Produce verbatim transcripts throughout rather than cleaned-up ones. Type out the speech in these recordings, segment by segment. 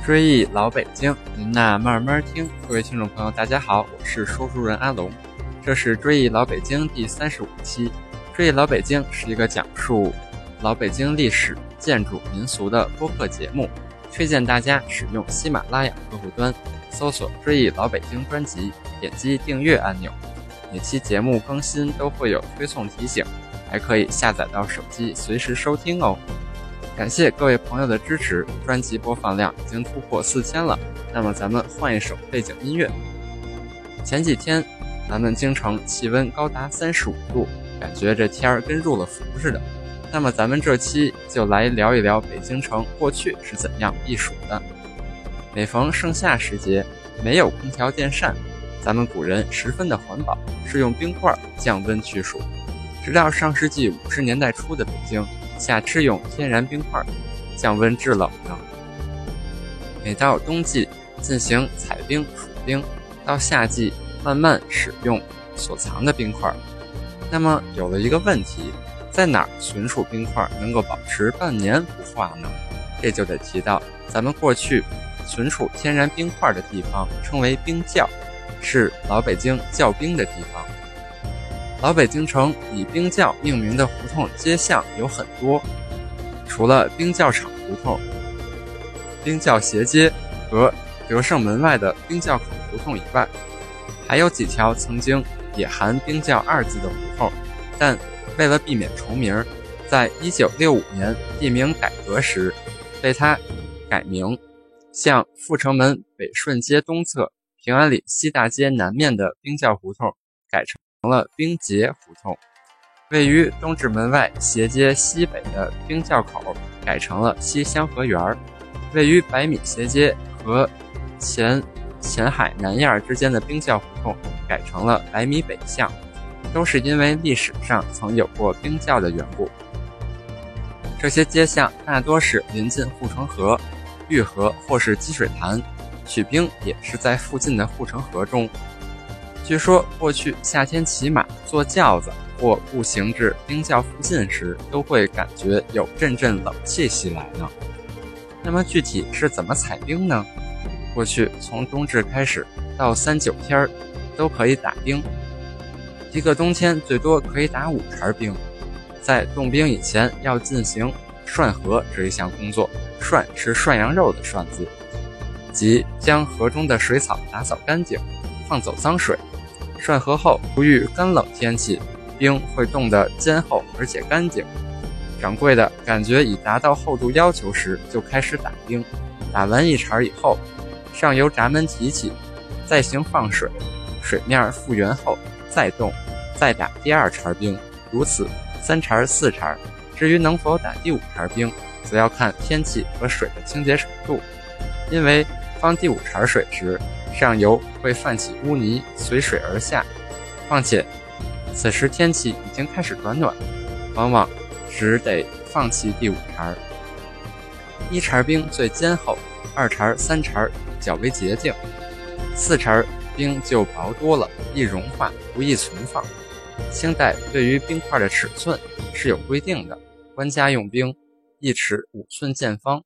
追忆老北京，您那慢慢听。各位听众朋友，大家好，我是说书人阿龙，这是追忆老北京第三十五期。追忆老北京是一个讲述老北京历史、建筑、民俗的播客节目，推荐大家使用喜马拉雅客户端搜索追忆老北京专辑，点击订阅按钮，每期节目更新都会有推送提醒，还可以下载到手机随时收听哦。感谢各位朋友的支持，专辑播放量已经突破四千了。那么咱们换一首背景音乐。前几天咱们京城气温高达三十五度，感觉这天儿跟入了伏似的。那么咱们这期就来聊一聊北京城过去是怎样避暑的。每逢盛夏时节，没有空调电扇，咱们古人十分的环保，是用冰块降温驱暑。直到上世纪五十年代初的北京，下吃用天然冰块降温制冷呢。每到冬季进行采冰储冰，到夏季慢慢使用所藏的冰块。那么有了一个问题，在哪儿存储冰块能够保持半年不化呢？这就得提到咱们过去存储天然冰块的地方称为冰窖，是老北京窖冰的地方。老北京城以冰窖命名的胡同街巷有很多，除了冰窖厂胡同、冰窖斜街和德胜门外的冰窖口胡同以外，还有几条曾经也含冰窖二字的胡同，但为了避免重名，在一九六五年地名改革时被它改名，向阜成门北顺街东侧、平安里西大街南面的冰窖胡同改成了冰节胡同，位于东直门外斜街西北的冰窖口改成了西香河园，位于百米斜街和前前海南燕之间的冰窖胡同改成了百米北巷，都是因为历史上曾有过冰窖的缘故。这些街巷大多是临近护城河、御河或是积水潭，取冰也是在附近的护城河中。据说过去夏天骑马、坐轿子或步行至冰窖附近时，都会感觉有阵阵冷气袭来呢。那么具体是怎么采冰呢？过去从冬至开始到三九天都可以打冰，一个冬天最多可以打五茬冰。在冻冰以前要进行涮河这一项工作，涮是涮羊肉的涮字，即将河中的水草打扫干净，放走脏水。涮河后，由于干冷天气，冰会冻得坚厚而且干净。掌柜的感觉已达到厚度要求时，就开始打冰。打完一茬以后，上由闸门提起，再行放水，水面复原后再冻，再打第二茬冰，如此三茬四茬。至于能否打第五茬冰，则要看天气和水的清洁程度。因为放第五茬水时，上游会泛起污泥随水而下，况且此时天气已经开始转暖，往往只得放弃第五茬。一茬冰最坚厚，二茬三茬较为洁净，四茬冰就薄多了，易融化，不易存放。清代对于冰块的尺寸是有规定的，官家用冰一尺五寸见方，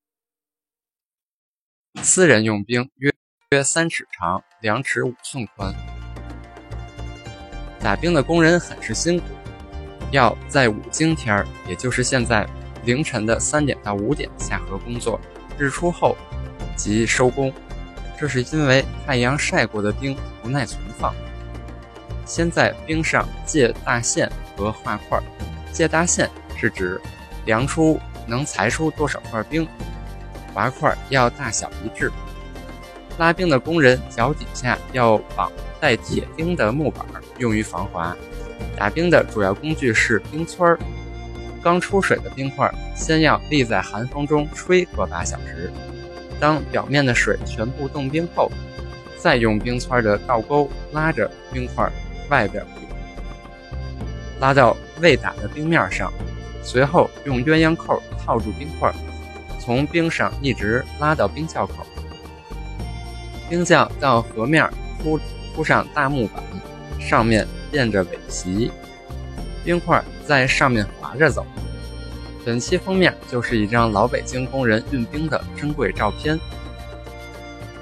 私人用冰约约三尺长，两尺五寸宽。打冰的工人很是辛苦，要在五更天，也就是现在凌晨的三点到五点下河工作，日出后即收工。这是因为太阳晒过的冰不耐存放。先在冰上界大线和画块，界大线是指量出能裁出多少块冰，划块要大小一致。拉冰的工人脚底下要绑带铁钉的木板，用于防滑。打冰的主要工具是冰橇。刚出水的冰块先要立在寒风中吹个把小时，当表面的水全部冻冰后，再用冰橇的倒钩拉着冰块外边拉到未打的冰面上，随后用鸳鸯扣套住冰块，从冰上一直拉到冰窖口。冰窖到河面铺铺上大木板，上面垫着尾席，冰块在上面滑着走。本期封面就是一张老北京工人运冰的珍贵照片，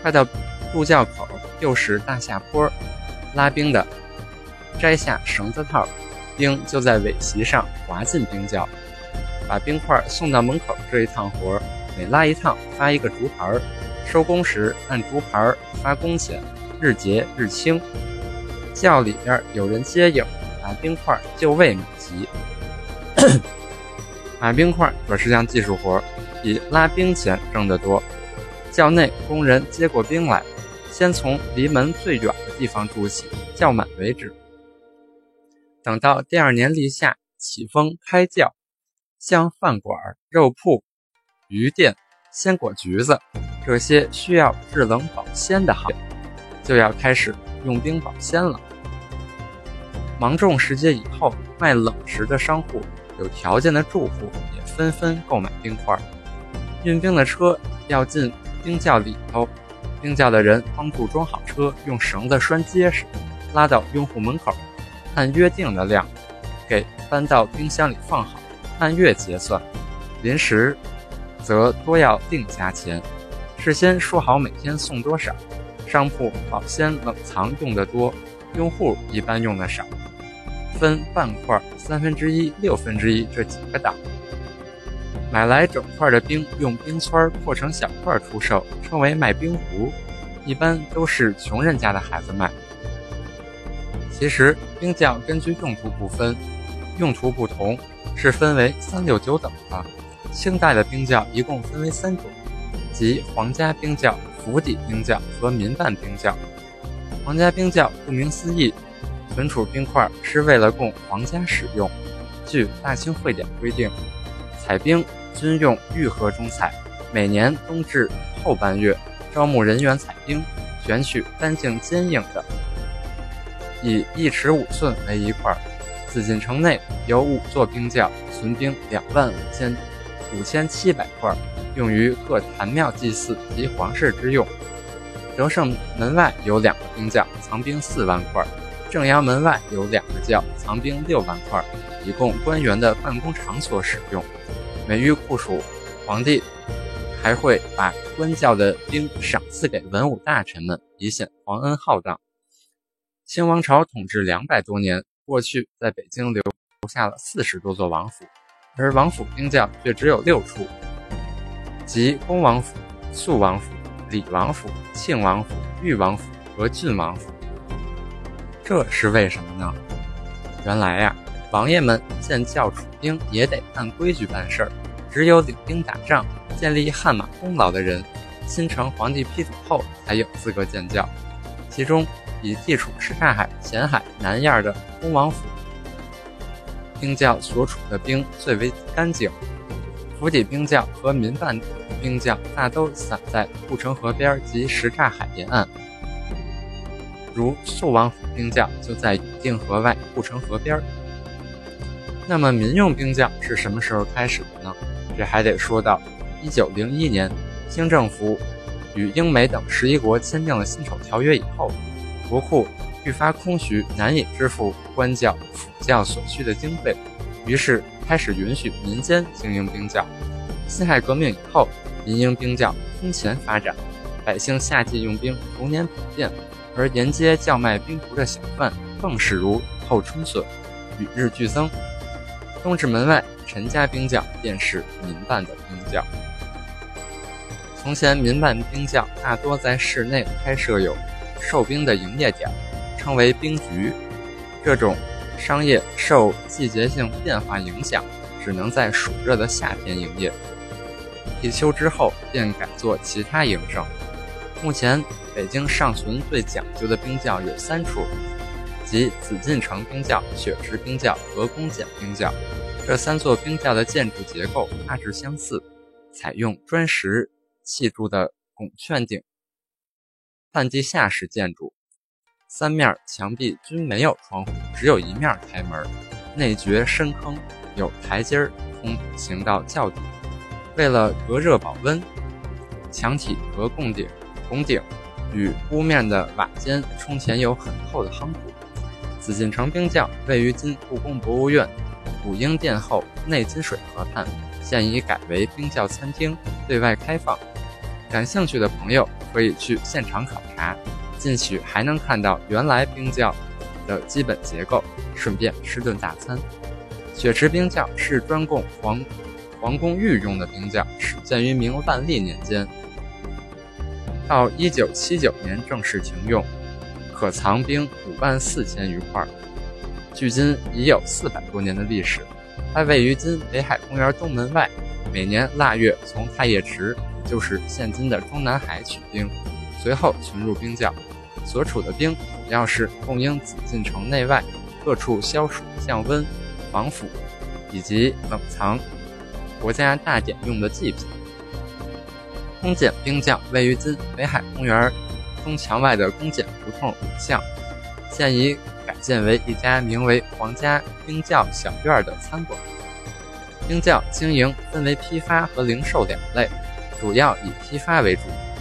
快到入教口，又是大下坡，拉兵的摘下绳子套，兵就在尾席上滑进冰窖，把冰块送到门口。这一趟活，每拉一趟发一个竹牌，收工时按竹牌发工钱，日结日清。窖里边有人接应，把冰块就位每集。码冰块可是项技术活，比拉冰钱挣得多。窖内工人接过冰来，先从离门最远的地方筑起，窖满为止。等到第二年立夏起风开窖，像饭馆、肉铺、鱼店、鲜果橘子这些需要制冷保鲜的行业，就要开始用冰保鲜了。芒种时节以后，卖冷食的商户、有条件的住户也纷纷购买冰块。运冰的车要进冰窖里头，冰窖的人帮助装好车，用绳子拴结实，拉到用户门口，按约定的量给搬到冰箱里放好，按月结算。临时则多要另加钱，事先说好每天送多少。商铺保鲜冷藏用的多，用户一般用的少，分半块、三分之一、六分之一这几个档。买来整块的冰，用冰圈破成小块出售，称为卖冰壶，一般都是穷人家的孩子卖。其实冰窖根据用途不分，用途不同是分为三六九等的。清代的冰窖一共分为三种，即皇家冰窖、府邸冰窖和民办冰窖。皇家冰窖顾名思义，存储冰块是为了供皇家使用。据《大清会典》规定，采冰均用玉盒中采，每年冬至后半月招募人员采冰，选取干净坚硬的，以一尺五寸为一块。紫禁城内有五座冰窖，存冰两万五千五千七百块，用于各坛庙祭祀及皇室之用。德胜门外有两个冰窖，藏冰四万块；正阳门外有两个窖，藏冰六万块，以供官员的办公场所使用。每遇酷暑，皇帝还会把官窖的冰赏赐给文武大臣们，以显皇恩浩荡。清王朝统治两百多年，过去在北京留下了四十多座王府，而王府冰窖却只有六处，即恭王府、肃王府、李王府、庆王府、裕王府和郡王府。这是为什么呢？原来呀、啊，王爷们建窖储兵也得按规矩办事儿，只有领兵打仗、建立汗马功劳的人，新承皇帝批准后才有资格建窖。其中以地处什刹海、前海、南沿的恭王府冰窖所储的冰最为干净，府邸冰窖和民办冰窖大都散在护城河边及什刹海沿岸，如肃王府冰窖就在永定河外护城河边。那么民用冰窖是什么时候开始的呢？这还得说到一九零一年，清政府与英美等十一国签订了辛丑条约以后，国库愈发空虚，难以支付官窖、府窖所需的经费，于是开始允许民间经营冰窖。辛亥革命以后，民营冰窖空前发展，百姓夏季用冰逐年普遍，而沿街叫卖冰壶的小贩更是如后春笋，与日俱增。东直门外陈家冰窖便是民办的冰窖。从前民办冰窖大多在室内开设有售冰的营业点，称为冰局。这种商业受季节性变化影响，只能在暑热的夏天营业，立秋之后便改做其他营生。目前北京尚存最讲究的冰窖有三处，即紫禁城冰窖、雪池冰窖和宫检冰窖。这三座冰窖的建筑结构大致相似，采用砖石砌筑的拱券顶半地下式建筑，三面墙壁均没有窗户，只有一面开门，内掘深坑，有台阶通行到窖底。为了隔热保温，墙体和拱顶拱顶与屋面的瓦间冲前有很厚的夯土。紫禁城冰窖位于今故宫博物院武英殿后内金水河畔，现已改为冰窖餐厅，对外开放。 感兴趣的朋友可以去现场考察，进去还能看到原来冰窖的基本结构，顺便吃顿大餐。雪池冰窖是专供皇皇宫御用的冰窖，始建于明万历年间，到一九七九年正式停用，可藏冰五万四千余块，距今已有四百多年的历史。它位于今北海公园东门外，每年腊月从太液池，也就是现今的中南海取冰，随后存入冰窖。所储的冰主要是供应紫禁城内外各处消暑降温、防腐以及冷藏国家大典用的祭品。宫检冰窖位于今北海公园东墙外的宫检胡同五巷，现已改建为一家名为皇家冰窖小院的餐馆。冰窖经营分为批发和零售两类，主要以批发为主。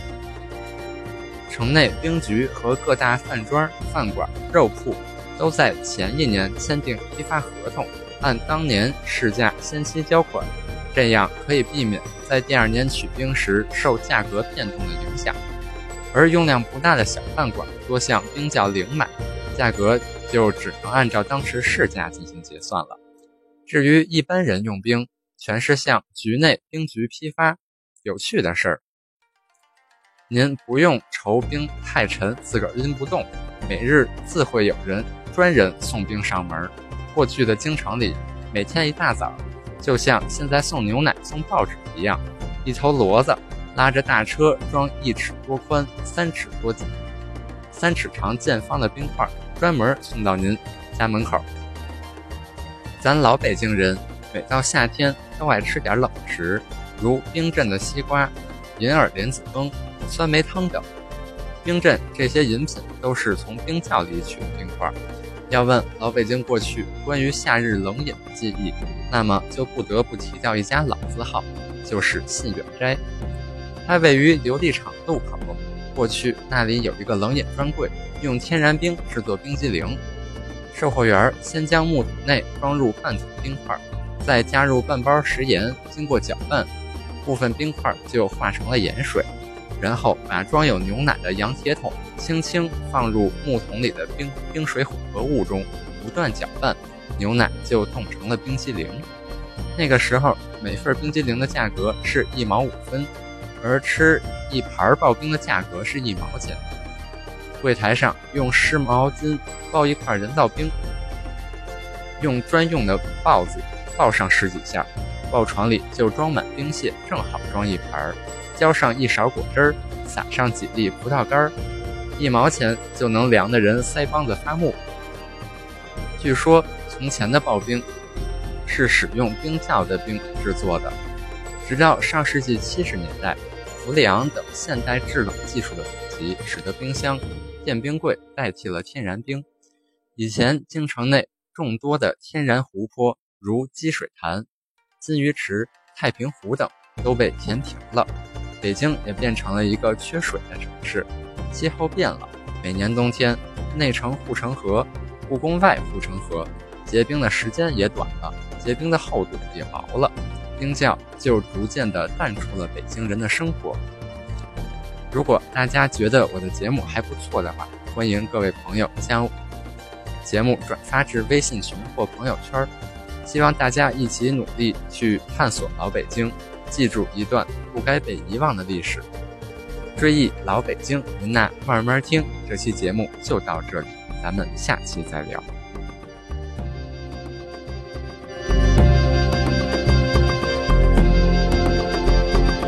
城内冰局和各大饭庄、饭馆、肉铺都在前一年签订批发合同，按当年市价先期交款，这样可以避免在第二年取冰时受价格变动的影响。而用量不大的小饭馆多向冰窖零买，价格就只能按照当时市价进行结算了。至于一般人用冰，全是向局内冰局批发。有趣的事儿，您不用愁冰太沉自个儿拎不动，每日自会有人专人送冰上门。过去的京城里，每天一大早，就像现在送牛奶送报纸一样，一头骡子拉着大车装一尺多宽三尺多三尺长见方的冰块，专门送到您家门口。咱老北京人每到夏天都爱吃点冷食，如冰镇的西瓜、银耳莲子羹、酸梅汤等。冰镇这些饮品都是从冰窖里取的冰块。要问老北京过去关于夏日冷饮的记忆，那么就不得不提到一家老字号，就是信远斋。它位于琉璃厂路口，过去那里有一个冷饮专柜，用天然冰制作冰激凌。售货员先将木桶内装入半桶冰块，再加入半包食盐，经过搅拌，部分冰块就化成了盐水，然后把装有牛奶的羊铁桶轻轻放入木桶里的冰冰水混合物中，不断搅拌，牛奶就冻成了冰激凌。那个时候每份冰激凌的价格是一毛五分，而吃一盘刨冰的价格是一毛钱。柜台上用湿毛巾包一块人造冰，用专用的刨子刨上十几下，刨床里就装满冰屑，正好装一盘，浇上一勺果汁儿，撒上几粒葡萄干，一毛钱就能凉得人腮帮子发木。据说从前的刨冰是使用冰窖的冰制作的，直到上世纪七十年代，氟利昂等现代制冷技术的普及，使得冰箱、电冰柜代替了天然冰。以前京城内众多的天然湖泊，如积水潭、金鱼池、太平湖等都被填平了，北京也变成了一个缺水的城市。气候变了，每年冬天，内城护城河、故宫外护城河结冰的时间也短了，结冰的厚度也薄了，冰窖就逐渐地淡出了北京人的生活。如果大家觉得我的节目还不错的话，欢迎各位朋友将节目转发至微信群或朋友圈，希望大家一起努力去探索老北京，记住一段不该被遗忘的历史。追忆老北京，您那慢慢听。这期节目就到这里，咱们下期再聊。